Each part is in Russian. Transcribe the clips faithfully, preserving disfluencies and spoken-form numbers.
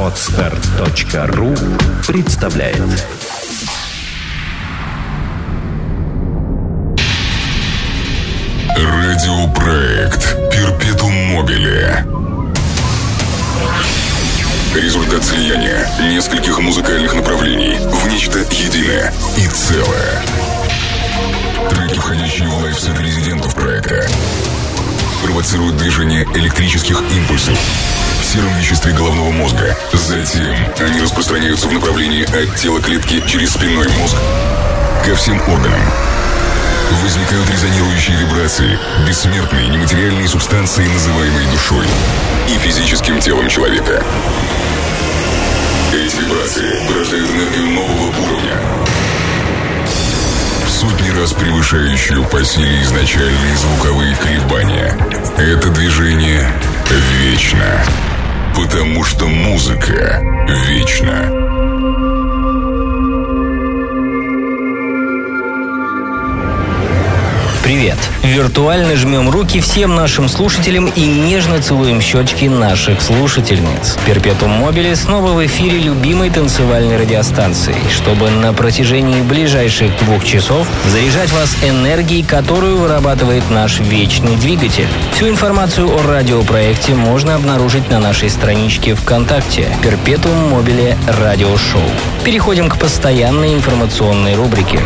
Подстер точка ру представляет. Радиопроект Перпетум Мобиле. Результат слияния нескольких музыкальных направлений в нечто единое и целое. Треки, входящие в лайфсет резидентов проекта, провоцируют движение электрических импульсов в сером веществе головного мозга. Затем они распространяются в направлении от тела клетки через спинной мозг ко всем органам. Возникают резонирующие вибрации бессмертной нематериальной субстанции, называемой душой, и физическим телом человека. Эти вибрации порождают энергию нового уровня, в сотни раз превышающую по силе изначальные звуковые колебания. Это движение вечно, потому что музыка вечна. Привет! Виртуально жмем руки всем нашим слушателям и нежно целуем щечки наших слушательниц. Перпетум Мобиле снова в эфире любимой танцевальной радиостанции, чтобы на протяжении ближайших двух часов заряжать вас энергией, которую вырабатывает наш вечный двигатель. Всю информацию о радиопроекте можно обнаружить на нашей страничке ВКонтакте Перпетум Мобиле Радиошоу. Переходим к постоянной информационной рубрике.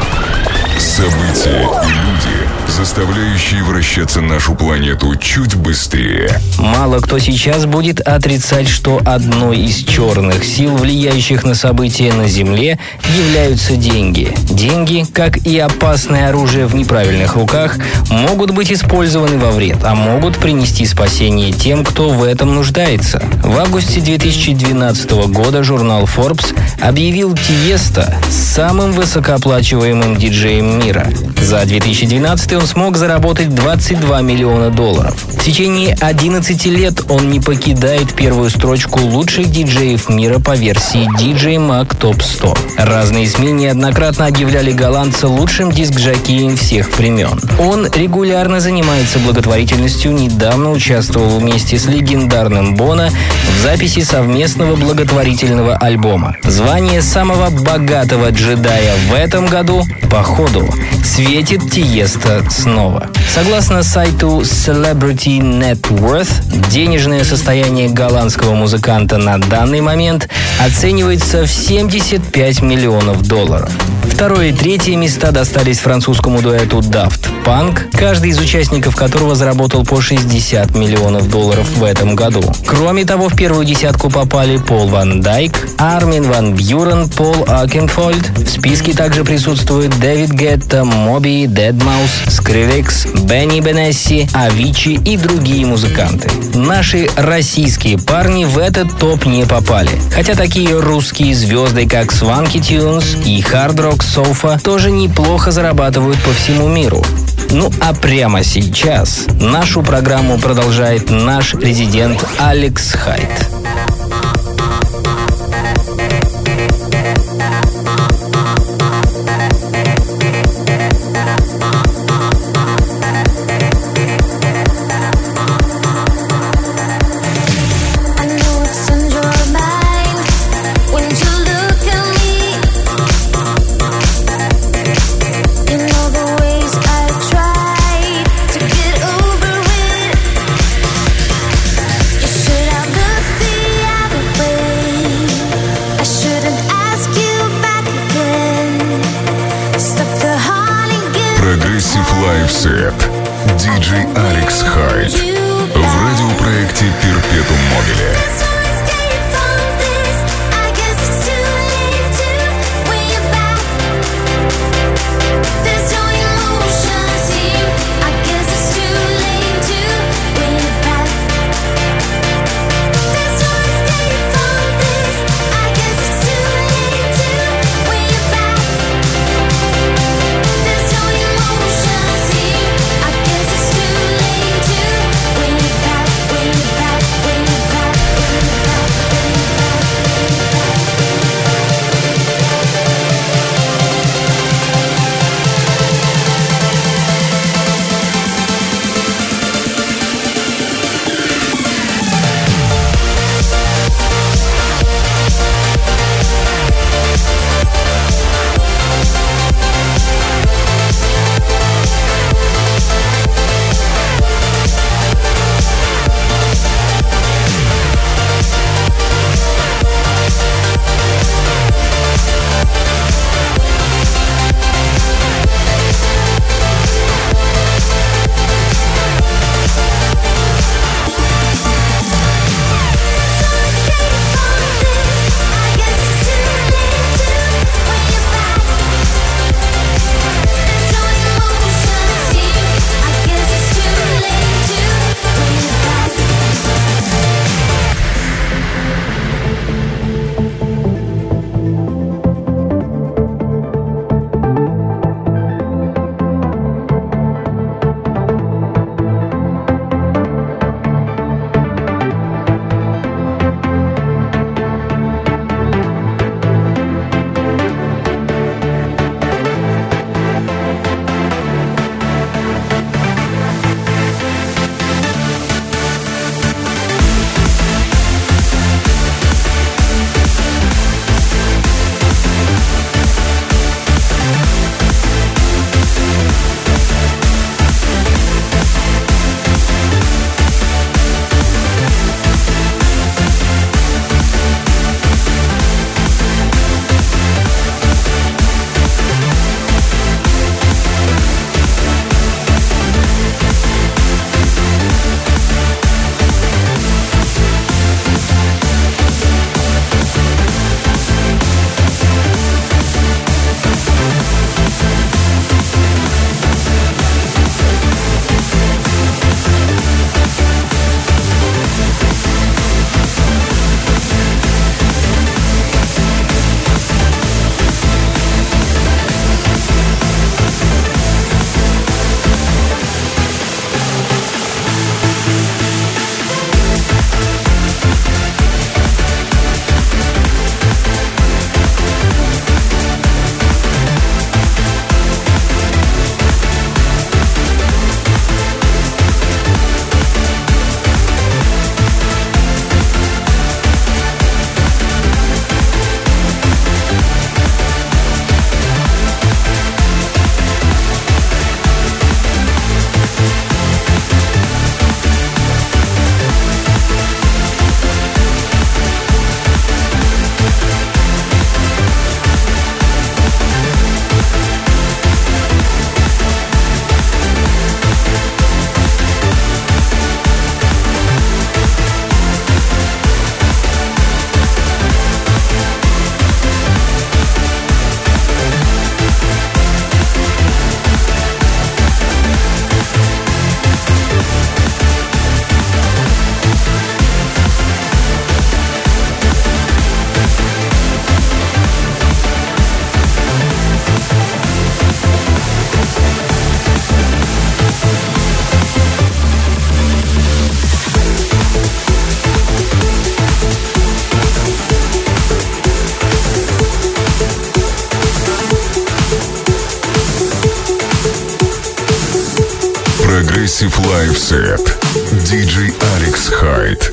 События и люди, заставляющие вращаться нашу планету чуть быстрее. Мало кто сейчас будет отрицать, что одной из черных сил, влияющих на события на Земле, являются деньги. Деньги, как и опасное оружие в неправильных руках, могут быть использованы во вред, а могут принести спасение тем, кто в этом нуждается. В августе две тысячи двенадцатого года журнал Forbes объявил Тиеста самым высокооплачиваемым диджеем мира. За две тысячи двенадцатый он смог заработать двадцать два миллиона долларов. В течение одиннадцати лет он не покидает первую строчку лучших диджеев мира по версии ди джей Mag топ сто. Разные СМИ неоднократно объявляли голландца лучшим диск-жокеем всех времен. Он регулярно занимается благотворительностью, недавно участвовал вместе с легендарным Боно в записи совместного благотворительного альбома. Звание самого богатого джедая в этом году, походу, светит Тиеста снова. Согласно сайту Celebrity Net Worth, денежное состояние голландского музыканта на данный момент оценивается в семьдесят пять миллионов долларов. Второе и третье места достались французскому дуэту Daft Punk, каждый из участников которого заработал по шестьдесят миллионов долларов в этом году. Кроме того, в первую десятку попали Пол Ван Дайк, Армин ван Бюрен, Пол Окенфольд. В списке также присутствуют Дэвид Гетта, Моби, Deadmau5, Skrillex, Бенни Бенесси, Авичи и другие музыканты. Наши российские парни в этот топ не попали. Хотя такие русские звезды, как Swanky Tunes и Hard Rock Sofa, тоже неплохо зарабатывают по всему миру. Ну а прямо сейчас нашу программу продолжает наш резидент Алекс Хайт. Лайфсет. Диджей Алекс Хайт в радиопроекте Перпетум Мобиле. Back. Progressive Live Set. диджей Алекс Хайд.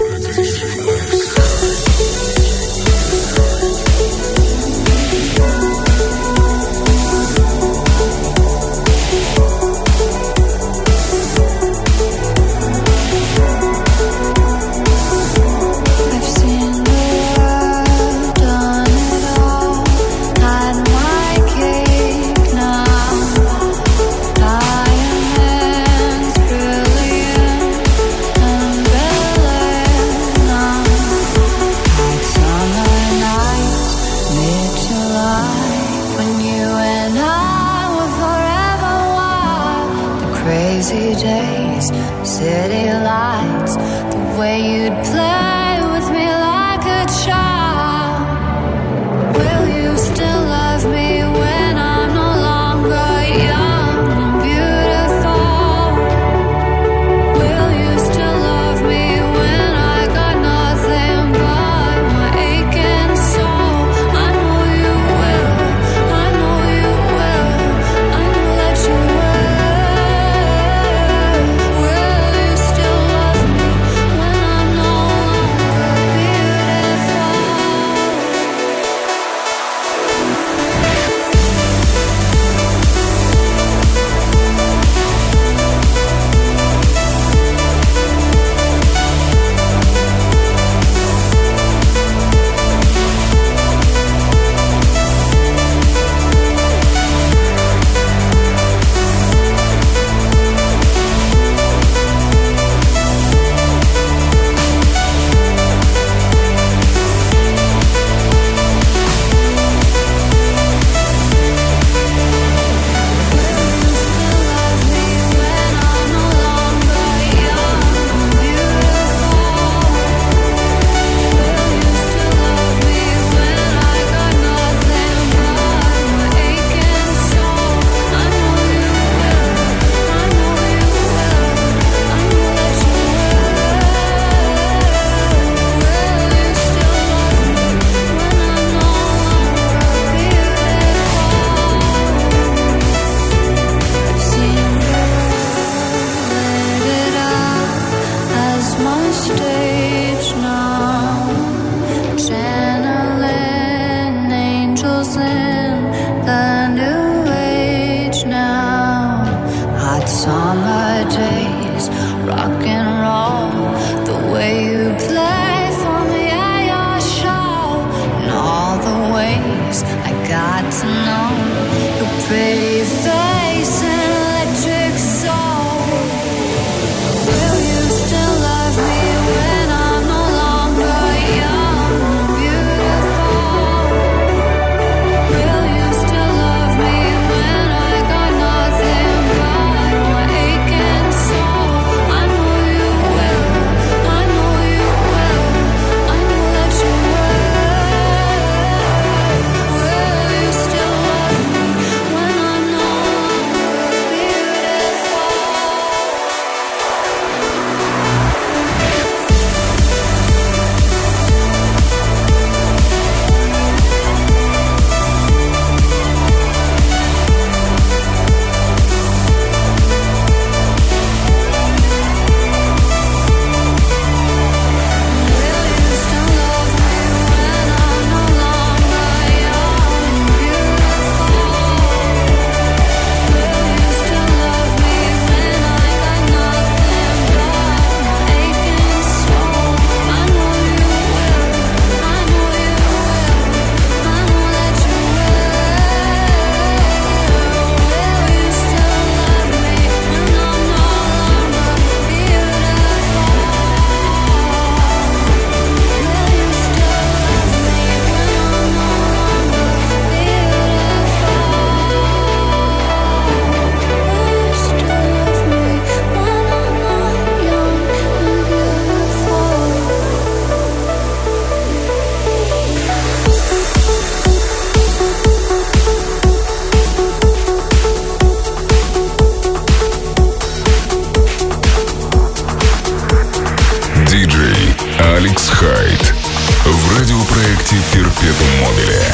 Алекс Хайд в радиопроекте «Перпетум Мобиле».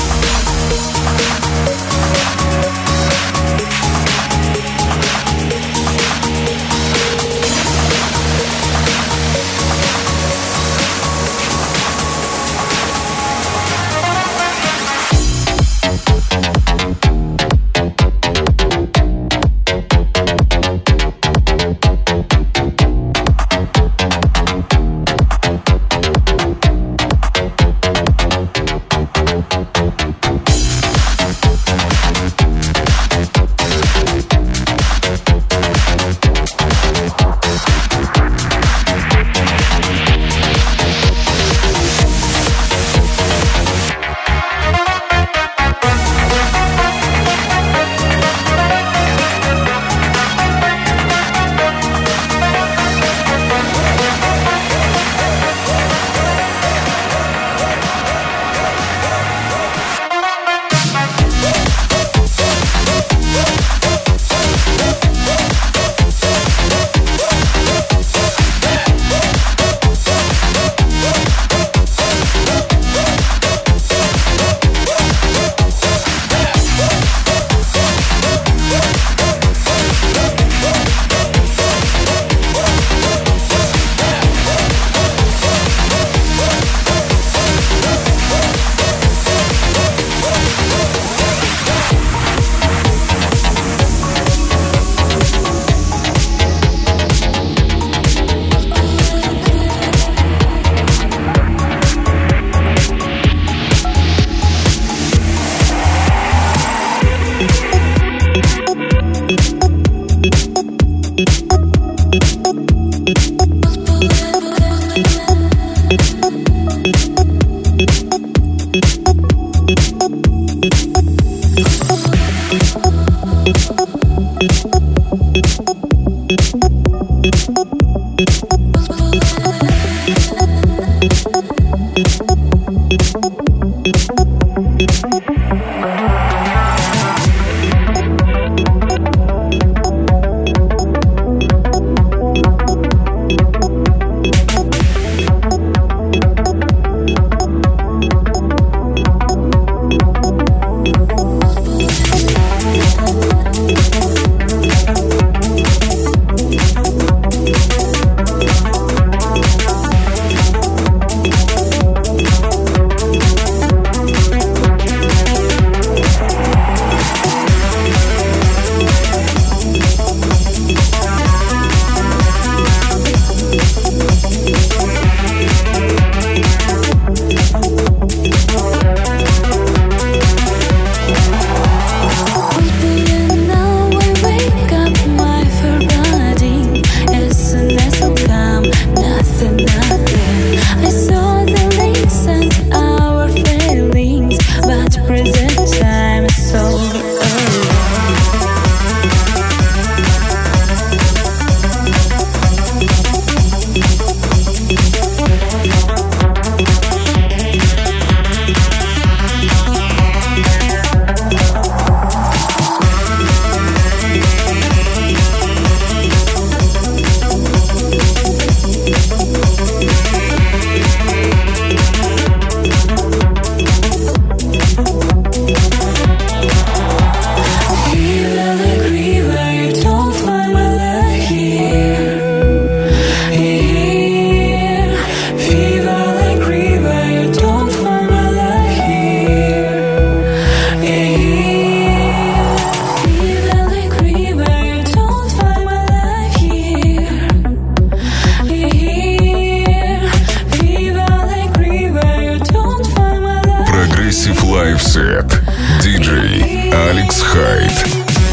Massive Live Set. Диджей Алекс Хайд.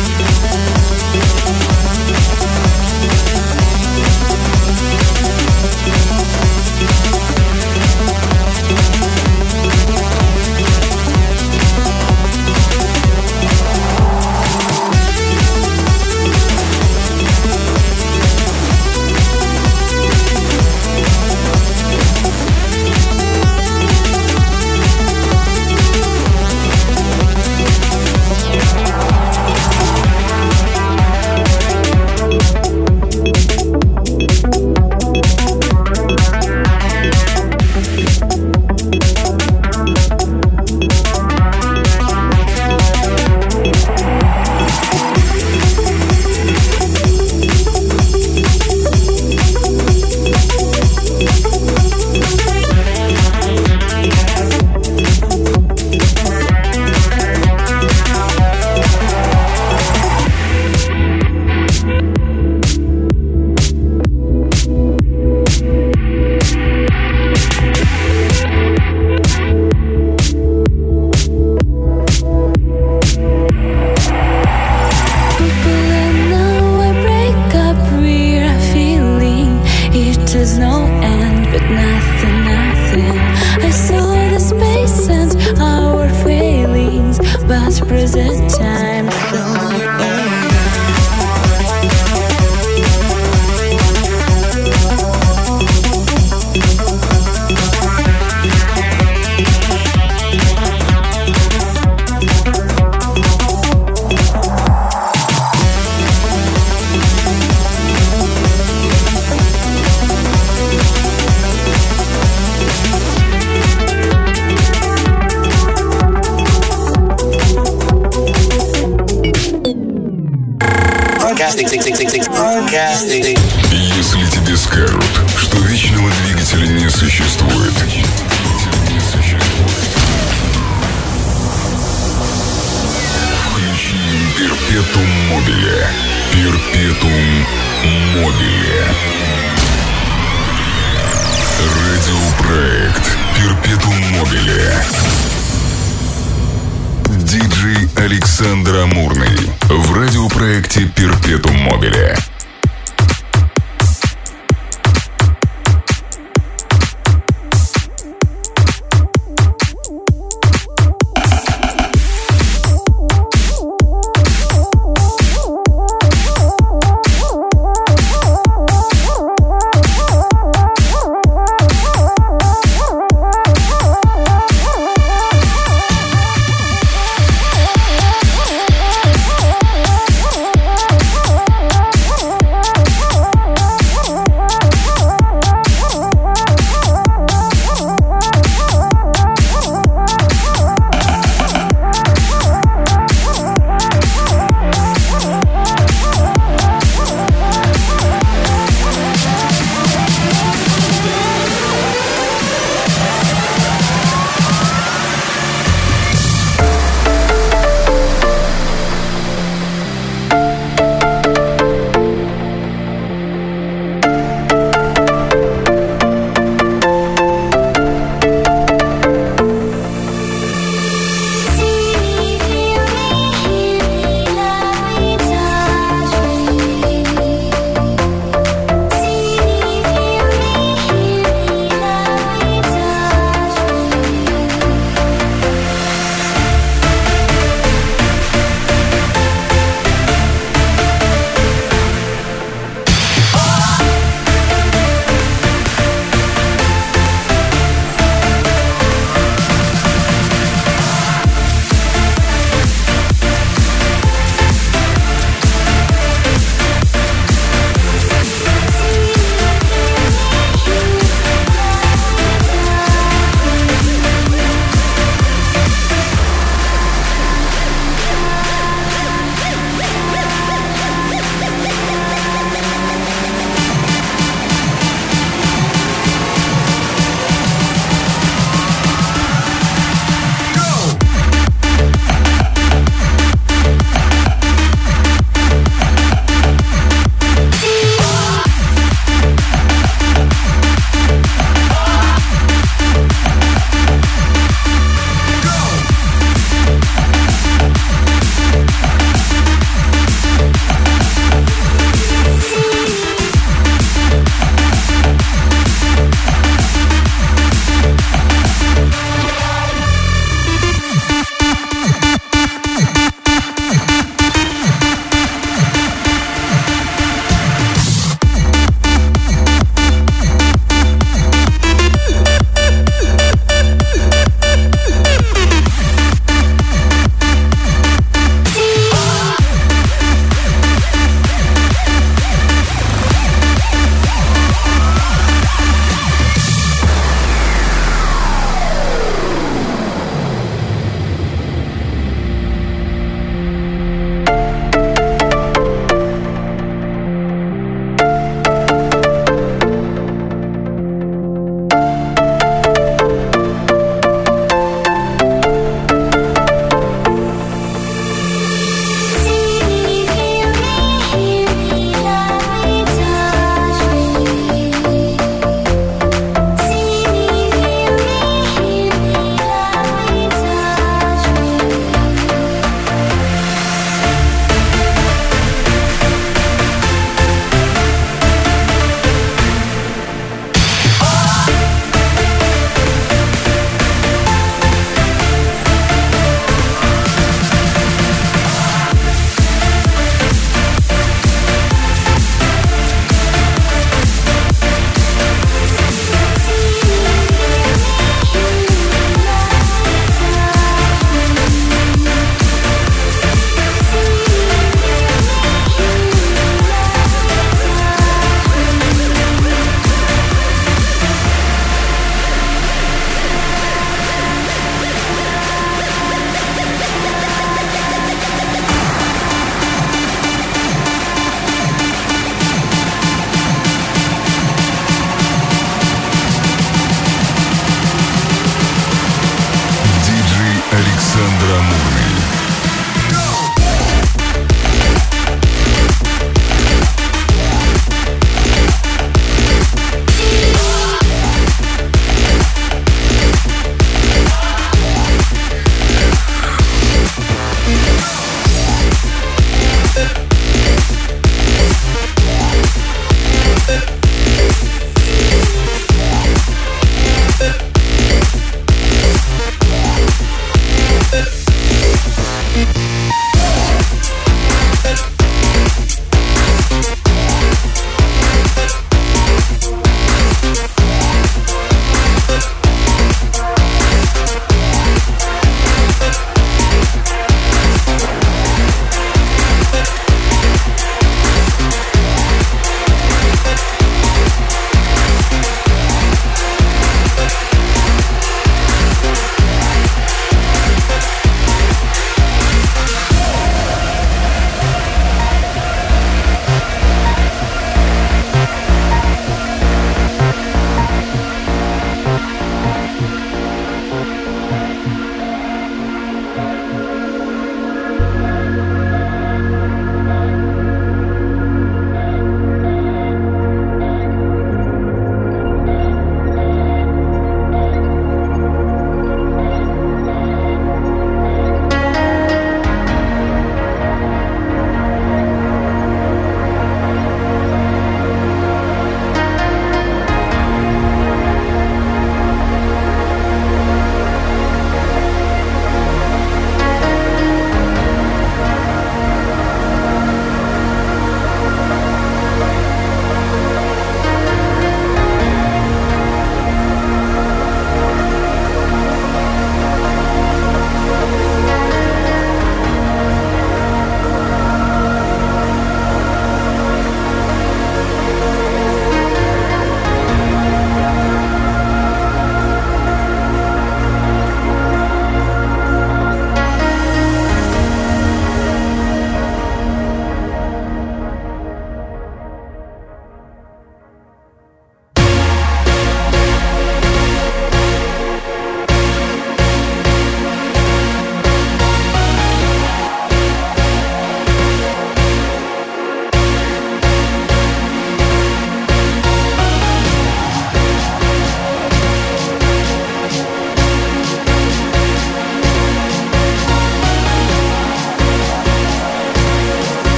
Если тебе скажут, что вечного двигателя не существует, включи Перпетум Мобиле. Перпетум Мобиле. Радиопроект Перпетум Мобиле. Диджей Александр Амурный в радиопроекте Перпетум Мобиле.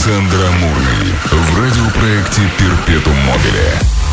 Александр Амурный в радиопроекте «Перпетум Мобиле».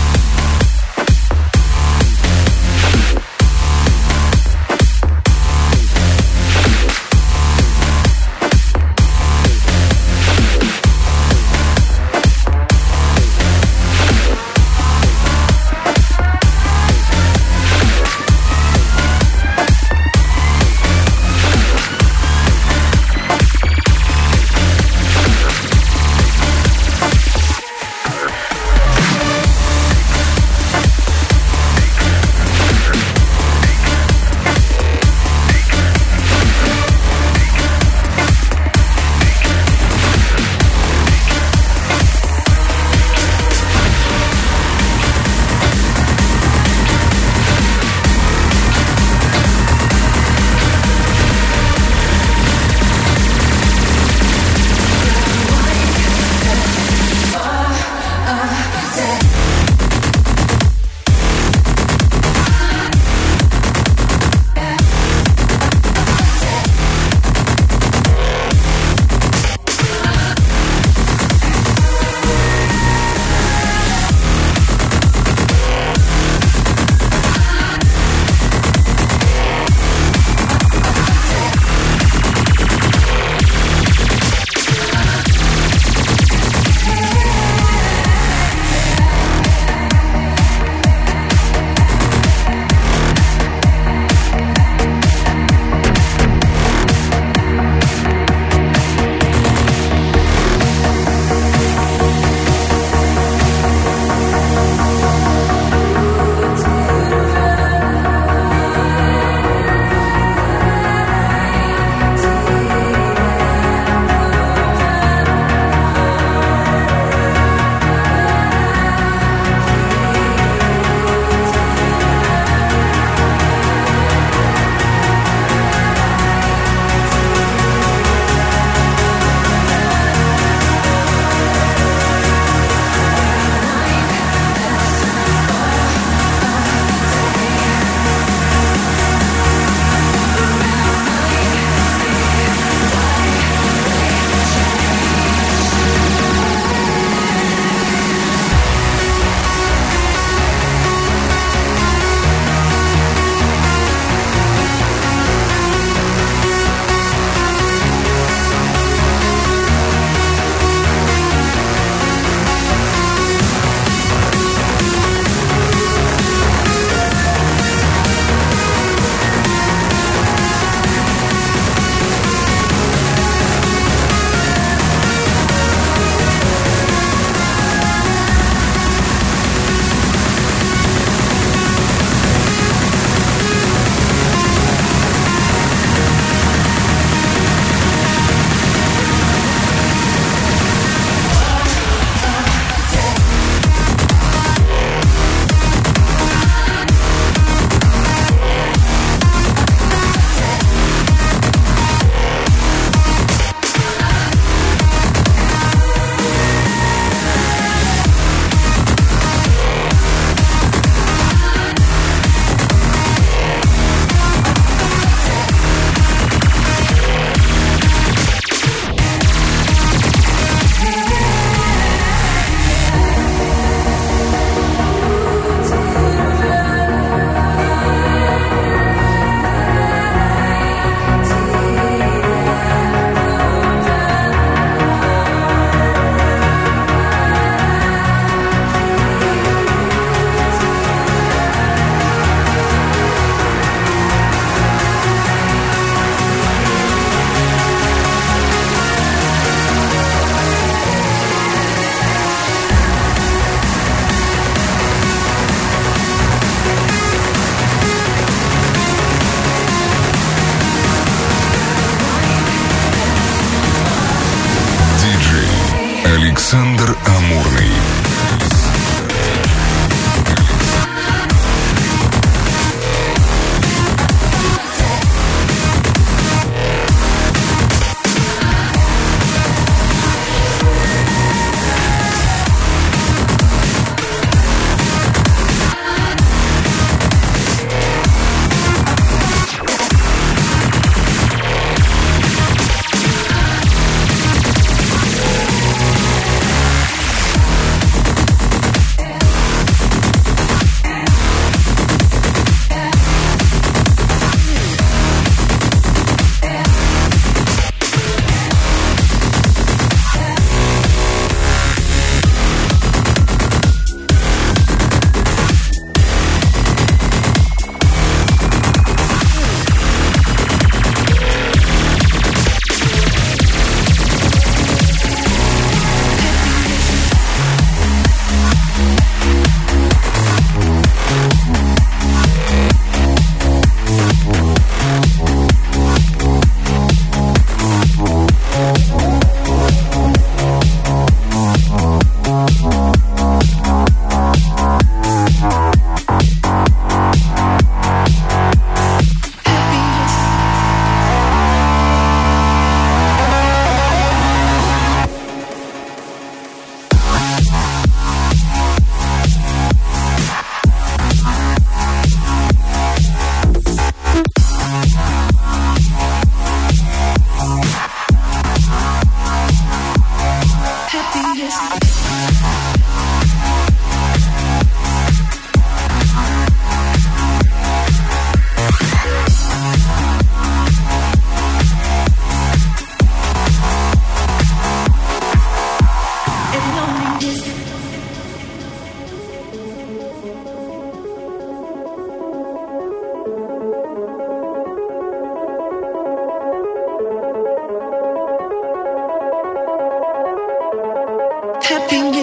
Александр Амурный.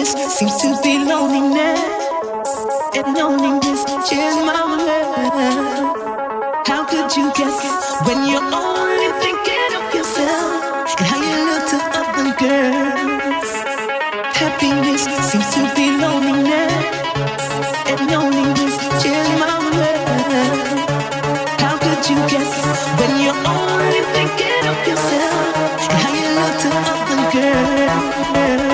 happiness seems to be loneliness, and loneliness cheers my love. How could you guess when you're only thinking of yourself and how you look to other girls? Happiness seems to be loneliness, and loneliness cheers my love. How could you guess when you're only thinking of yourself and how you look to other girls?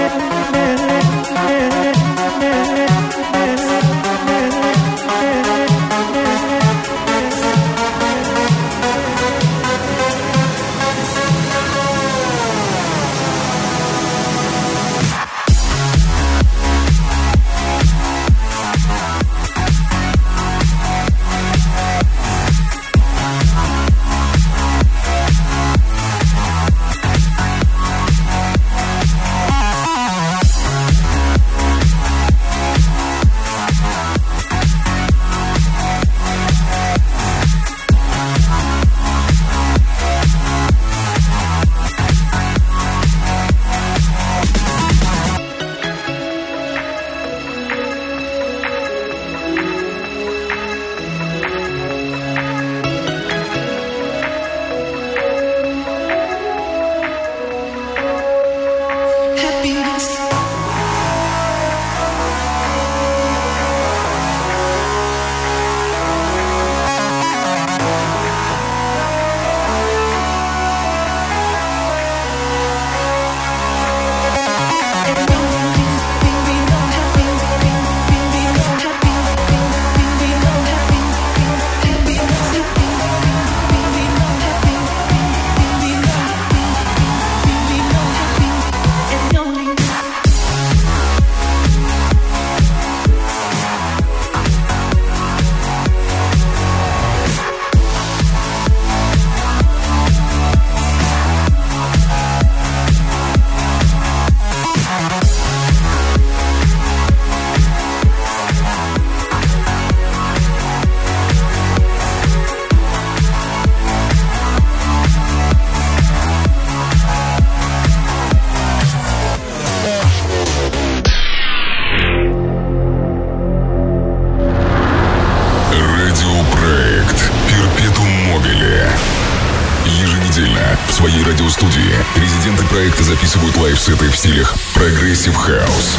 Записывают лайв-сеты в стилях прогрессив хаус,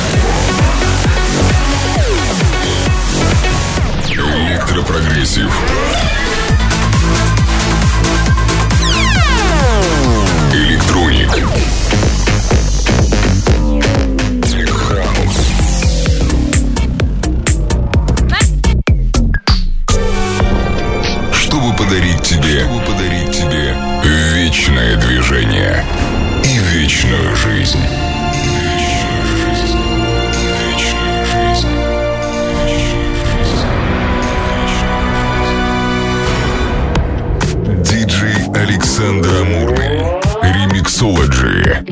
электропрогрессив, электроник, теххаус. Чтобы подарить тебе, чтобы подарить тебе вечное движение и вечную жизнь. Вечную жизнь. Вечную жизнь. Вечную жизнь. Диджей Александр Амурный. Ремиксологи.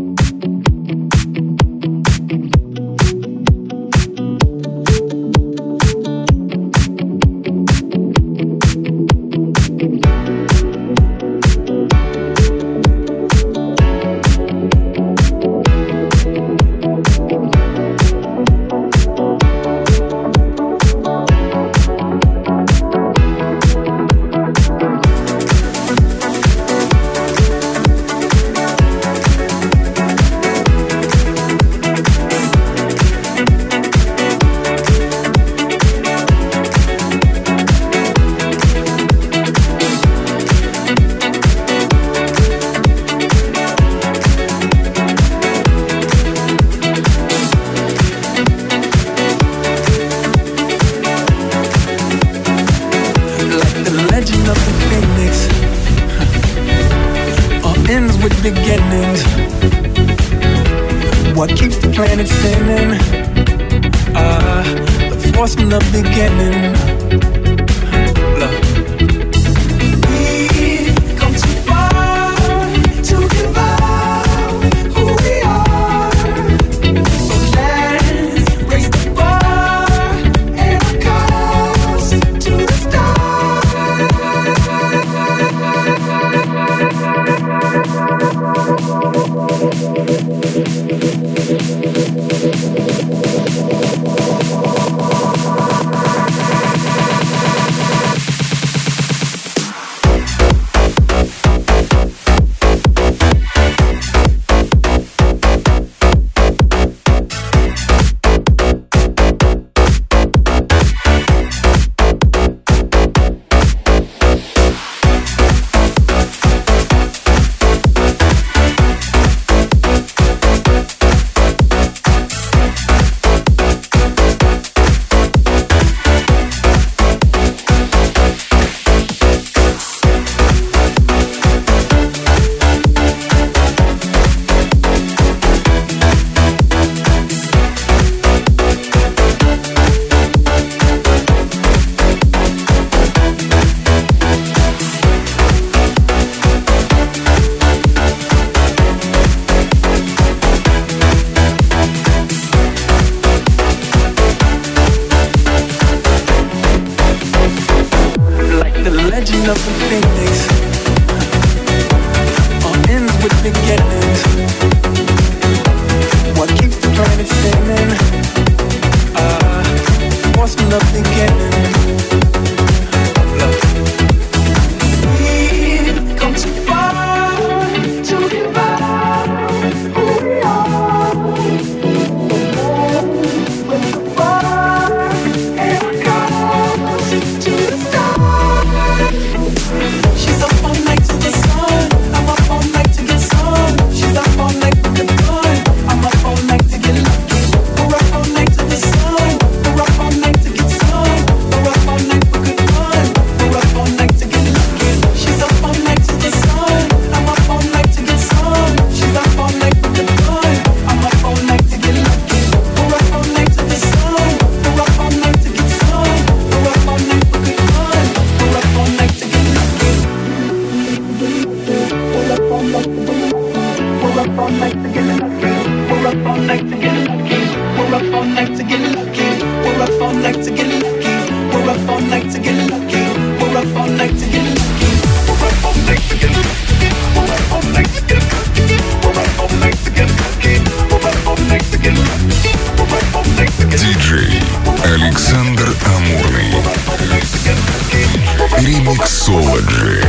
Beginnings, what keeps the planet spinning? Ah, uh, the force from the beginning. Look. We've come too far to give up who we are. So let's raise the bar and our cause to the stars. up all night to get lucky. We're up all night to get lucky. We're up all night to get lucky. We're up all night to get lucky. We're up all night to get lucky. We're up all night to get lucky. We're up all night to get lucky. We're up all night to get lucky. We're up all night to get lucky. We're up all night to get lucky. We're up all night to get lucky. Диджей Александр Амурный. Ремиксологи.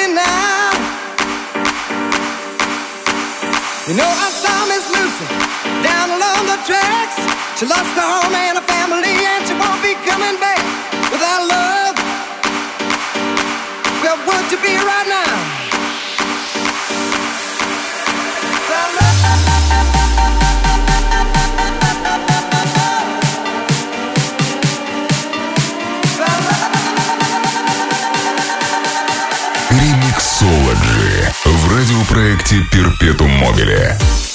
You know our time is losing. Down along the tracks, she lost her home and her family, and she won't be coming back without love. Well, would you be right now? Ремиксологи в радиопроекте «Перпетум Мобиле».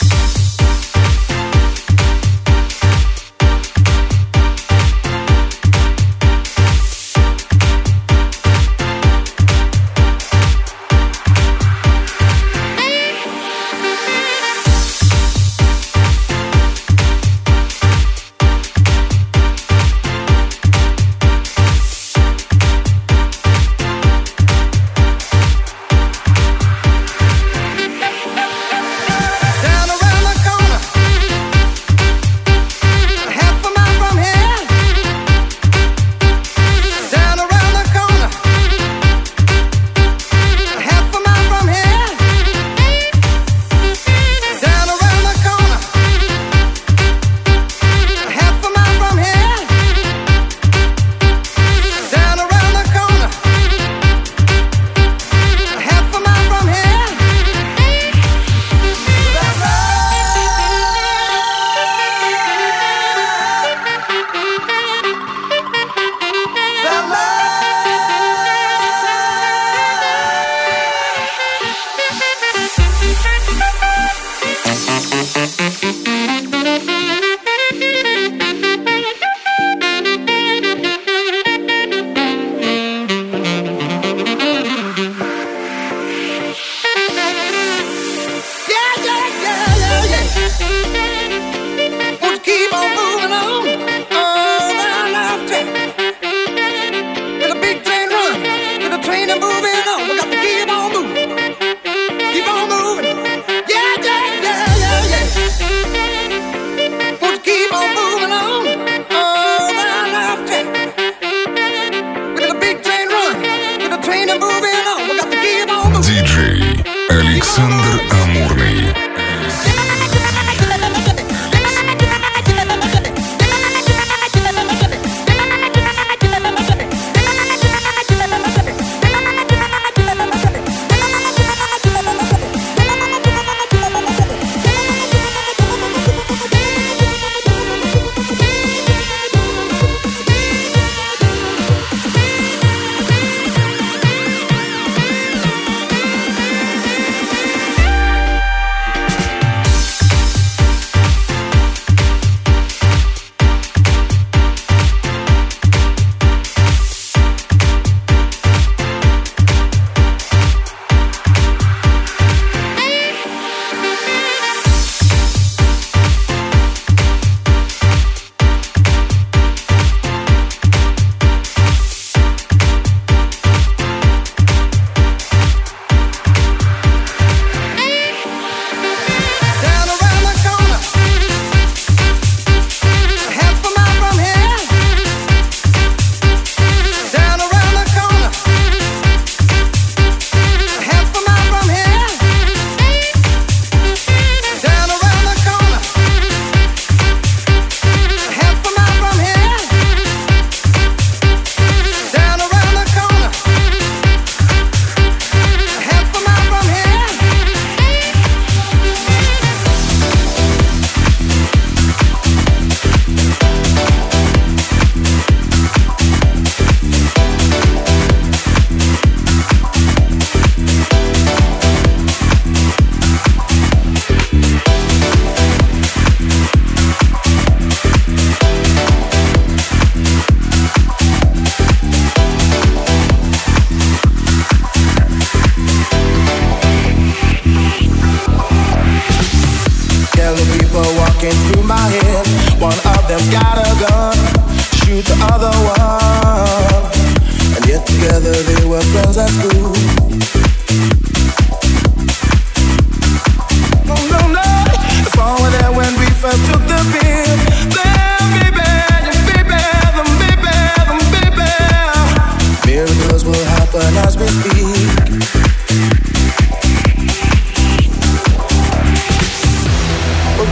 Диджей Александр Амурный.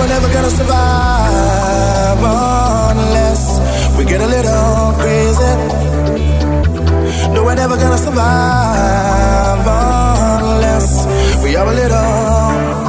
We're never gonna survive unless we get a little crazy. No, we're never gonna survive unless we are a little.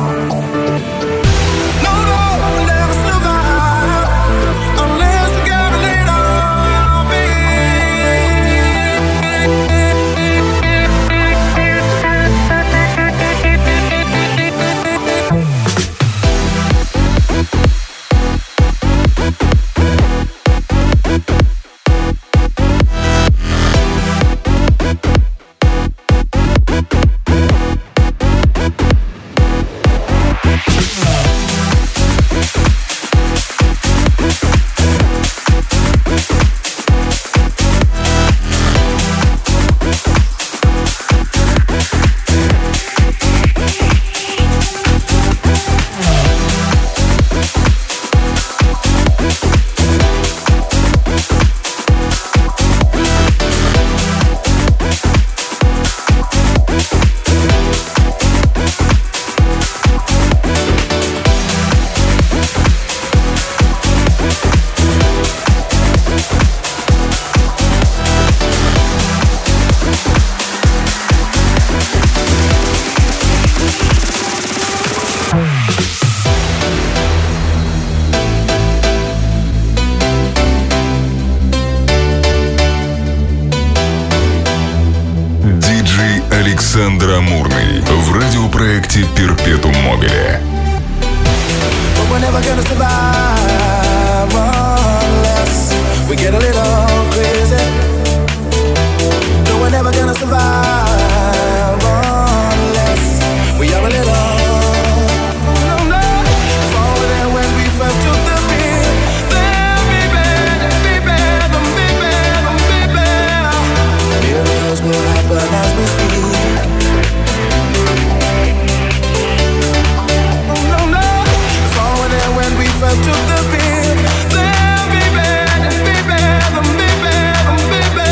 Александр Амурный в радиопроекте «Перпетум мобиле». We're never gonna survive unless we get a little crazy. No, we're never gonna survive unless we are a little. No, no. Forward there when we first took the beat. There, baby, baby, baby, baby. Miracles will happen as we speak. When we first took the beat, there, baby, baby, baby, baby.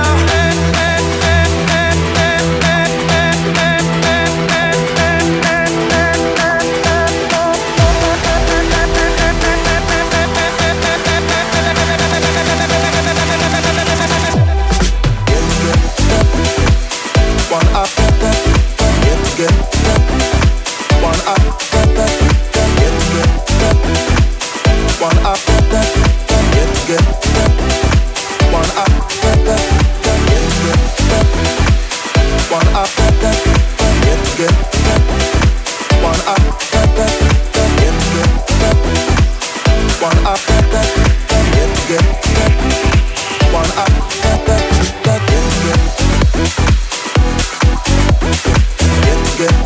One up, get together. One up, get together. One up, get together. One up, get together. One up, get together. One up, get together. One up, get together. One up, get together. Get together.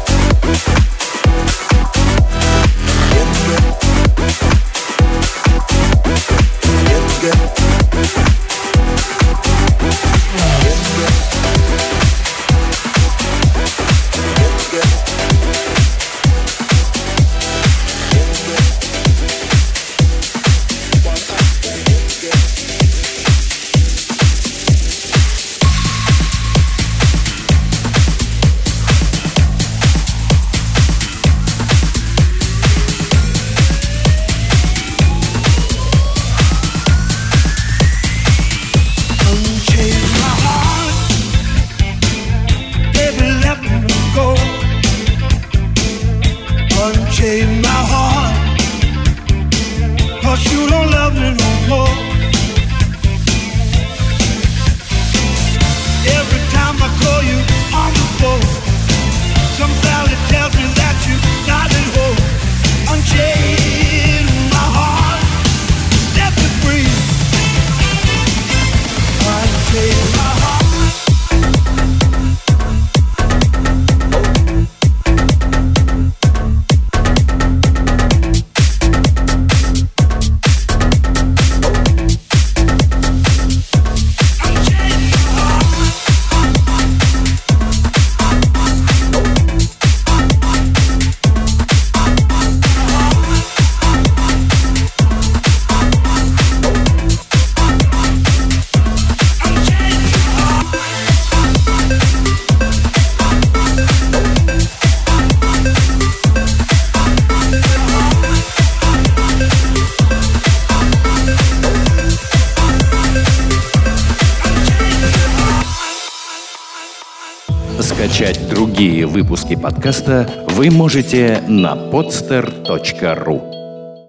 Скачать другие выпуски подкаста вы можете на podster точка ру.